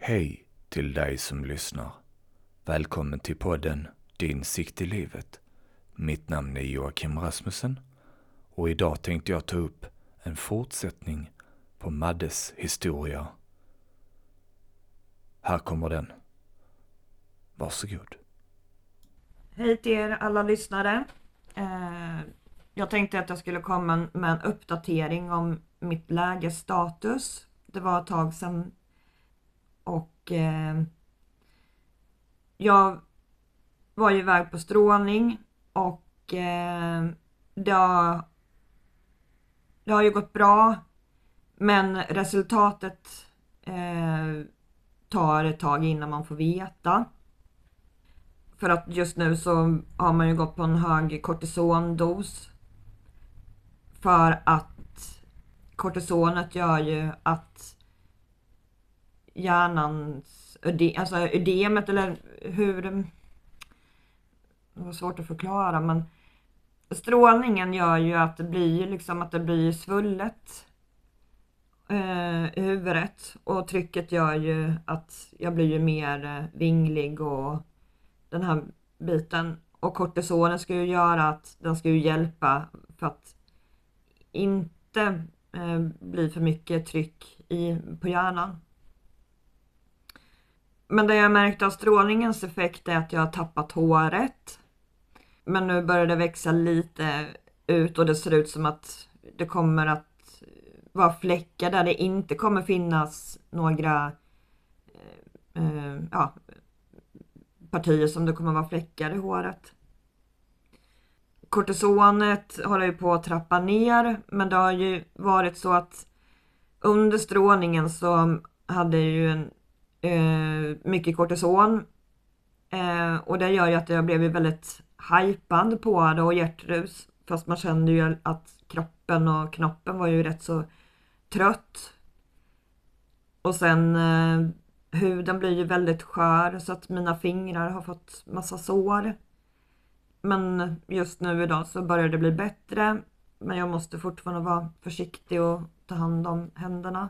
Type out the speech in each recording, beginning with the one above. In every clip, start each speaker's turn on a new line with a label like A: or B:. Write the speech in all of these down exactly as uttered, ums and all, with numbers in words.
A: Hej till dig som lyssnar. Välkommen till podden Din sikt i livet. Mitt namn är Joakim Rasmussen och idag tänkte jag ta upp en fortsättning på Maddes historia. Här kommer den. Varsågod.
B: Hej till er alla lyssnare. Eh, jag tänkte att jag skulle komma med en uppdatering om mitt lägesstatus. Det var ett tag sedan och eh, jag var ju iväg på strålning och eh, det, har, det har ju gått bra, men resultatet eh, tar ett tag innan man får veta. För att just nu så har man ju gått på en hög kortisondos. För att kortisonet gör ju att hjärnans öde, alltså ödemet, eller hur, det var svårt att förklara, men strålningen gör ju att det blir liksom att det blir svullet eh, i huvudet, och trycket gör ju att jag blir ju mer eh, vinglig och den här biten. Och kortisonen ska ju göra att den ska ju hjälpa för att inte eh, bli för mycket tryck i, på hjärnan. Men det jag märkt av strålningens effekt är att jag har tappat håret. Men nu börjar det växa lite ut och det ser ut som att det kommer att vara fläckar där det inte kommer finnas några eh, eh, ja, partier som det kommer vara fläckar i håret. Kortisonet håller ju på att trappa ner, men det har ju varit så att under strålningen så hade jag ju en, eh, mycket kortison, eh, och det gör ju att jag blev väldigt hypad på det och hjärtrus, fast man kände ju att kroppen och knoppen var ju rätt så trött. Och sen eh, huden blir ju väldigt skör så att mina fingrar har fått massa sår. Men just nu idag så börjar det bli bättre. Men jag måste fortfarande vara försiktig och ta hand om händerna.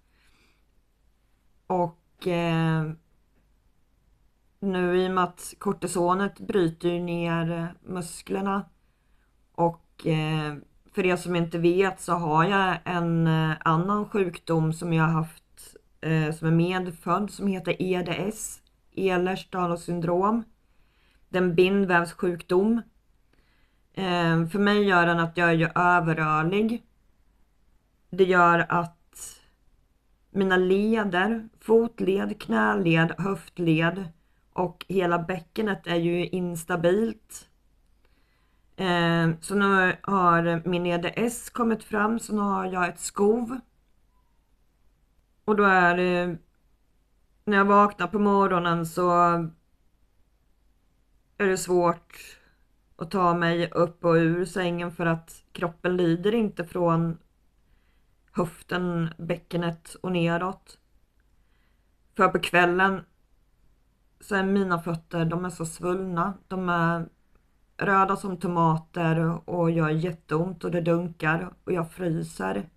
B: Och eh, nu i och med att kortisonet bryter ju ner musklerna. Och eh, för er som inte vet så har jag en eh, annan sjukdom som jag har haft, eh, som är medfödd, som heter E D S. Ehlers-Danlos syndrom. Det är en bindvävssjukdom. Eh, för mig gör den att jag är ju överrörlig. Det gör att mina leder, fotled, knäled, höftled och hela bäckenet är ju instabilt. Eh, så nu har min E D S kommit fram, så nu har jag ett skov. Och då är det, när jag vaknar på morgonen så är det svårt att ta mig upp och ur sängen för att kroppen lider inte från höften, bäckenet och neråt. För på kvällen så är mina fötter, de är så svullna. De är röda som tomater och jag är jätteont och det dunkar och jag fryser.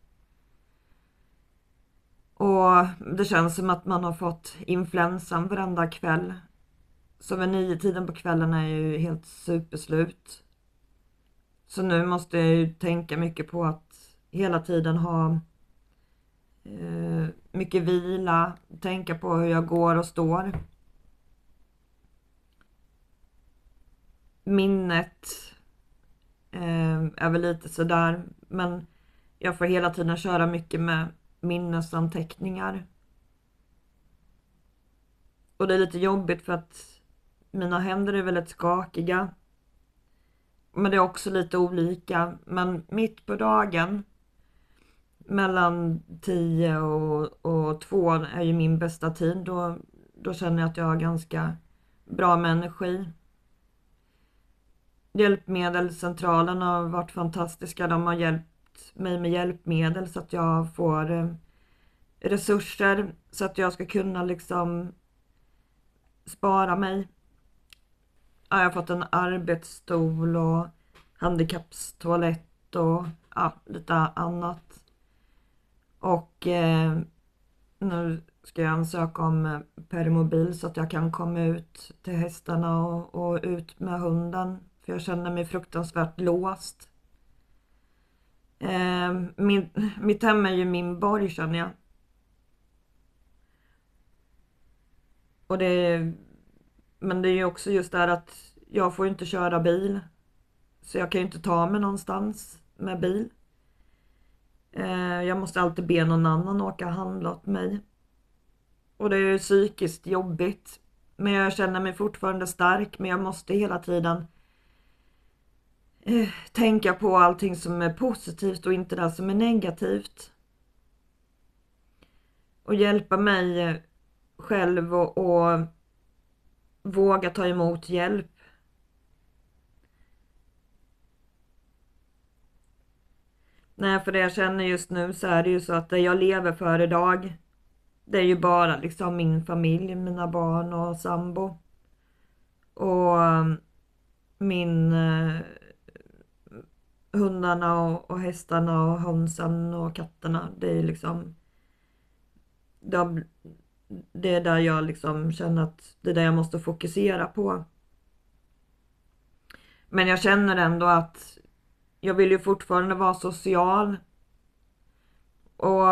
B: Och det känns som att man har fått influensan varenda kväll. Så vid nio tiden på kvällen är jag ju helt superslut. Så nu måste jag ju tänka mycket på att hela tiden ha eh, mycket vila. Tänka på hur jag går och står. Minnet eh, är väl lite sådär. Men jag får hela tiden köra mycket med minnesanteckningar. Och det är lite jobbigt för att mina händer är väldigt skakiga. Men det är också lite olika. Men mitt på dagen, mellan tio och, och två är ju min bästa tid. Då, då känner jag att jag har ganska bra med energi. Hjälpmedelscentralen har varit fantastiska. De har hjälpt mig med hjälpmedel så att jag får eh, resurser. Så att jag ska kunna liksom spara mig. Ja, jag har fått en arbetsstol och handikappstoalett och ja, lite annat. Och eh, nu ska jag ansöka om permobil så att jag kan komma ut till hästarna och, och ut med hunden. För jag känner mig fruktansvärt låst. Eh, min, mitt hem är ju min borg, känner jag. Och det är, men det är ju också just där att jag får inte köra bil. Så jag kan ju inte ta mig någonstans med bil. Eh, jag måste alltid be någon annan åka och handla åt mig. Och det är ju psykiskt jobbigt. Men jag känner mig fortfarande stark. Men jag måste hela tiden eh, tänka på allting som är positivt och inte det som är negativt. Och hjälpa mig själv och, och våga ta emot hjälp. Nej, för det jag känner just nu så är det ju så att det jag lever för idag, det är ju bara liksom min familj, mina barn och sambo. Och min eh, hundarna och, och hästarna och hönsen och katterna. Det är liksom det, det är där jag liksom känner att det är det jag måste fokusera på. Men jag känner ändå att jag vill ju fortfarande vara social. Och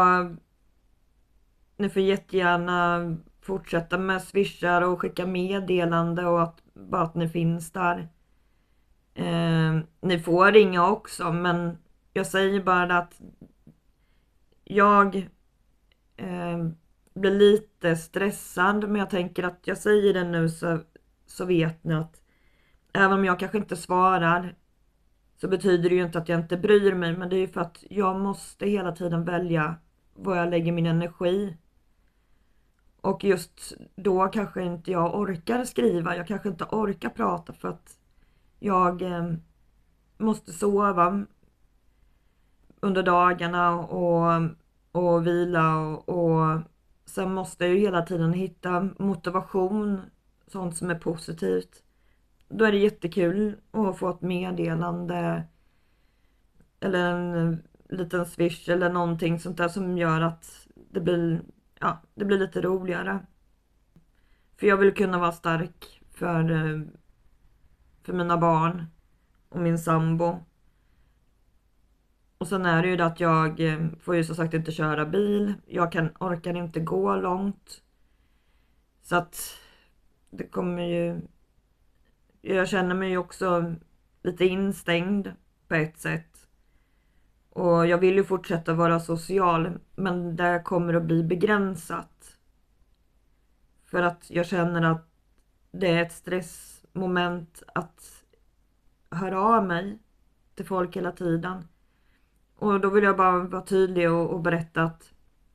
B: ni får jättegärna fortsätta med swishar och skicka meddelande och att, bara att ni finns där. Eh, ni får ringa också, men jag säger bara att jag eh, blir lite stressad, men jag tänker att jag säger det nu så, så vet ni att även om jag kanske inte svarar så betyder det ju inte att jag inte bryr mig, men det är ju för att jag måste hela tiden välja var jag lägger min energi. Och just då kanske inte jag orkar skriva, jag kanske inte orkar prata för att jag eh, måste sova under dagarna och, och vila och, och sen måste jag ju hela tiden hitta motivation, sånt som är positivt. Då är det jättekul att få ett meddelande eller en liten swish eller någonting sånt där som gör att det blir, ja, det blir lite roligare. För jag vill kunna vara stark för, för mina barn och min sambo. Och sen är det ju det att jag får ju som sagt inte köra bil. Jag kan, orkar inte gå långt. Så att det kommer ju... Jag känner mig ju också lite instängd på ett sätt. Och jag vill ju fortsätta vara social, men det kommer att bli begränsat. För att jag känner att det är ett stressmoment att höra av mig till folk hela tiden. Och då vill jag bara vara tydlig och, och berätta att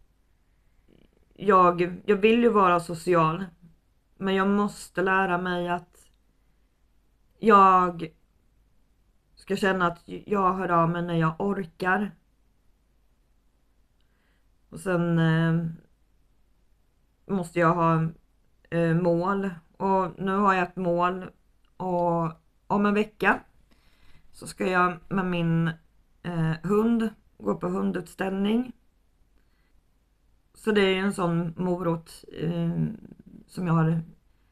B: jag, jag vill ju vara social. Men jag måste lära mig att jag ska känna att jag hör av mig när jag orkar. Och sen eh, måste jag ha eh, mål. Och nu har jag ett mål. Och om en vecka så ska jag med min eh, hund gå på hundutställning. Så det är ju en sån morot eh, som jag har.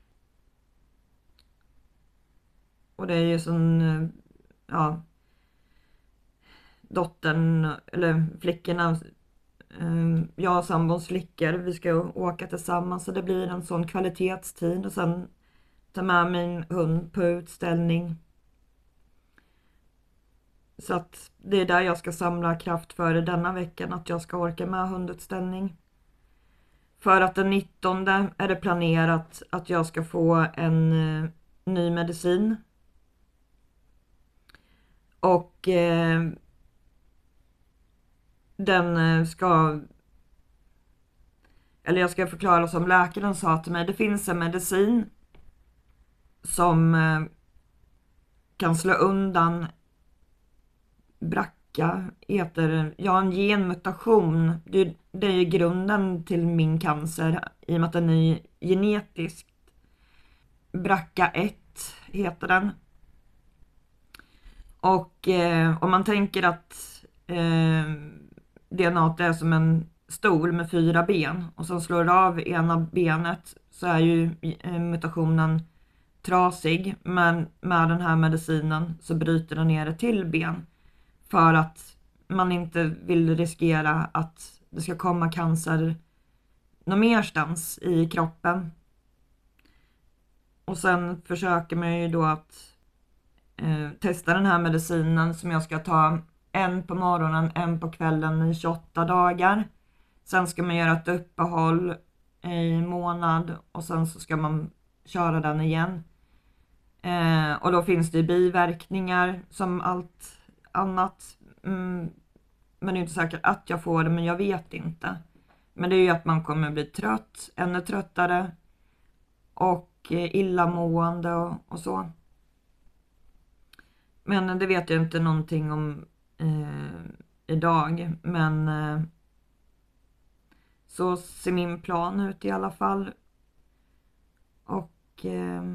B: Och det är ju sån, eh, ja, dottern eller flickorna, eh, jag och sambons flickor, vi ska åka tillsammans. Så det blir en sån kvalitetstid och sen ta med min hund på utställning. Så att det är där jag ska samla kraft för denna veckan, att jag ska orka med hundutställning. För att den nittonde är det planerat att jag ska få en eh, ny medicin. Och eh, den ska, eller jag ska förklara som läkaren sa till mig. Det finns en medicin som eh, kan slå undan bracka, heter, ja, en genmutation. Det, det är ju grunden till min cancer i och med att den är genetisk. bracka ett heter den. Och eh, om man tänker att eh, D N A är som en stol med fyra ben och så slår du av ena benet så är ju mutationen trasig, men med den här medicinen så bryter den ner det till ben för att man inte vill riskera att det ska komma cancer någon merstans i kroppen. Och sen försöker man ju då att eh, testa den här medicinen som jag ska ta en på morgonen, en på kvällen i tjugoåtta dagar. Sen ska man göra ett uppehåll i en månad och sen så ska man köra den igen. Eh, och då finns det biverkningar som allt annat. Mm, men det är inte säkert att jag får det, men jag vet inte. Men det är ju att man kommer bli trött, ännu tröttare och eh, illamående och, och så. Men det vet jag inte någonting om eh, idag. Men eh, så ser min plan ut i alla fall. Och eh,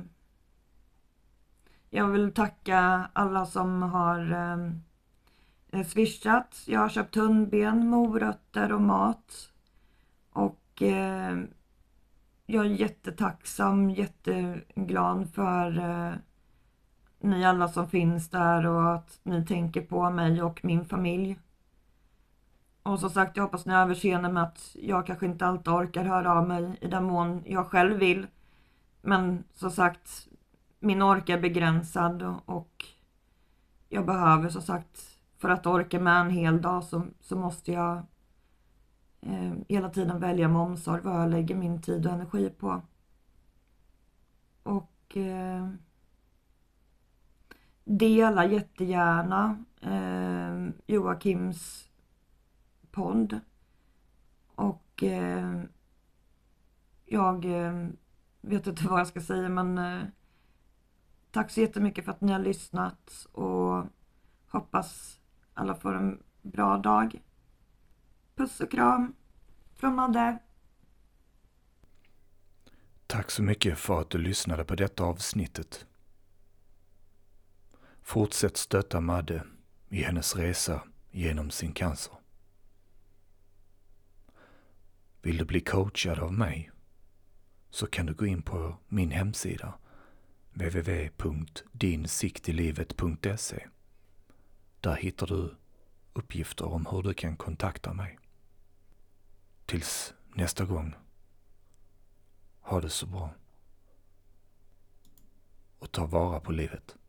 B: jag vill tacka alla som har eh, swishat. Jag har köpt hundben, morötter och mat. Och eh, jag är jättetacksam, jätteglad för eh, ni alla som finns där och att ni tänker på mig och min familj. Och som sagt, jag hoppas ni överseende med att jag kanske inte alltid orkar höra av mig i den mån jag själv vill. Men som sagt, min ork är begränsad och jag behöver som sagt, för att orka med en hel dag så, så måste jag eh, hela tiden välja med omsorg vad jag lägger min tid och energi på. Och eh, dela jättegärna eh, Joakims podd. Och eh, jag eh, vet inte vad jag ska säga, men eh, tack så jättemycket för att ni har lyssnat och hoppas alla får en bra dag. Puss och kram från Madde.
A: Tack så mycket för att du lyssnade på detta avsnittet. Fortsätt stötta Madde i hennes resa genom sin cancer. Vill du bli coachad av mig så kan du gå in på min hemsida w w w punkt din sikt i livet punkt se. Där hittar du uppgifter om hur du kan kontakta mig. Tills nästa gång, ha det så bra och ta vara på livet.